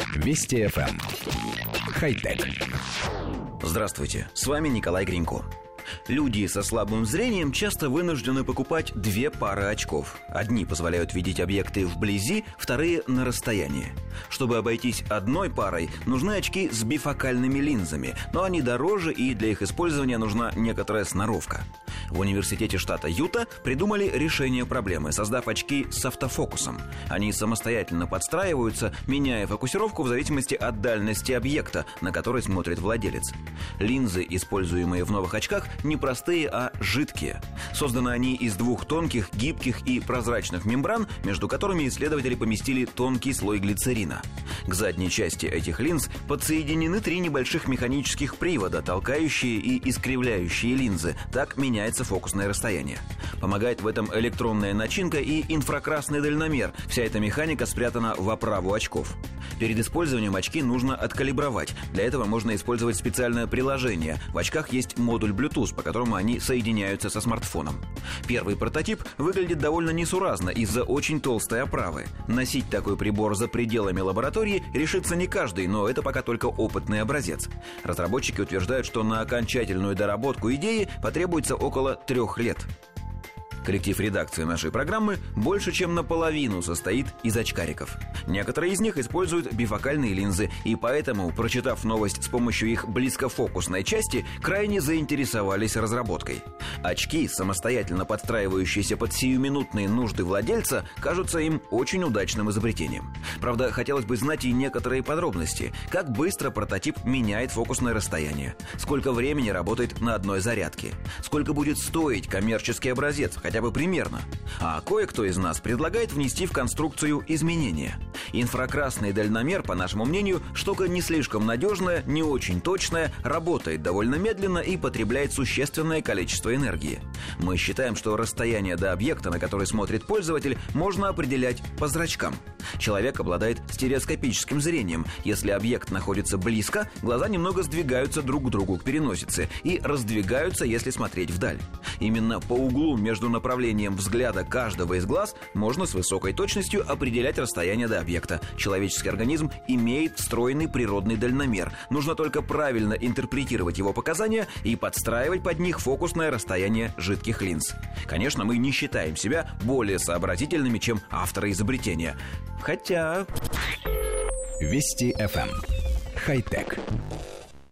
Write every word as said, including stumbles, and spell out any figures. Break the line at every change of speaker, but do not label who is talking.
Вести эф эм. Хай-тек.
Здравствуйте, с вами Николай Гринько. Люди со слабым зрением часто вынуждены покупать две пары очков. Одни позволяют видеть объекты вблизи, вторые — на расстоянии. Чтобы обойтись одной парой, нужны очки с бифокальными линзами, но они дороже, и для их использования нужна некоторая сноровка. В университете штата Юта придумали решение проблемы, создав очки с автофокусом. Они самостоятельно подстраиваются, меняя фокусировку в зависимости от дальности объекта, на который смотрит владелец. Линзы, используемые в новых очках, не простые, а жидкие. Созданы они из двух тонких, гибких и прозрачных мембран, между которыми исследователи поместили тонкий слой глицерина. К задней части этих линз подсоединены три небольших механических привода, толкающие и искривляющие линзы. Так меняется фокусное расстояние. Помогает в этом электронная начинка и инфракрасный дальномер. Вся эта механика спрятана в оправу очков. Перед использованием очки нужно откалибровать. Для этого можно использовать специальное приложение. В очках есть модуль Bluetooth, по которому они соединяются со смартфоном. Первый прототип выглядит довольно несуразно из-за очень толстой оправы. Носить такой прибор за пределами лаборатории решится не каждый, но это пока только опытный образец. Разработчики утверждают, что на окончательную доработку идеи потребуется около трех лет. Коллектив редакции нашей программы больше чем наполовину состоит из очкариков. Некоторые из них используют бифокальные линзы, и поэтому, прочитав новость с помощью их близкофокусной части, крайне заинтересовались разработкой. Очки, самостоятельно подстраивающиеся под сиюминутные нужды владельца, кажутся им очень удачным изобретением. Правда, хотелось бы знать и некоторые подробности. Как быстро прототип меняет фокусное расстояние? Сколько времени работает на одной зарядке? Сколько будет стоить коммерческий образец, хотя бы примерно? А кое-кто из нас предлагает внести в конструкцию изменения. Инфракрасный дальномер, по нашему мнению, штука не слишком надежная, не очень точная, работает довольно медленно и потребляет существенное количество энергии. Мы считаем, что расстояние до объекта, на который смотрит пользователь, можно определять по зрачкам. Человек обладает стереоскопическим зрением. Если объект находится близко, глаза немного сдвигаются друг к другу к переносице и раздвигаются, если смотреть вдаль. Именно по углу между направлением взгляда каждого из глаз можно с высокой точностью определять расстояние до объекта. Человеческий организм имеет встроенный природный дальномер. Нужно только правильно интерпретировать его показания и подстраивать под них фокусное расстояние жидких линз. Конечно, мы не считаем себя более сообразительными, чем авторы изобретения. Хотя...
Вести эф эм. Хай-тек.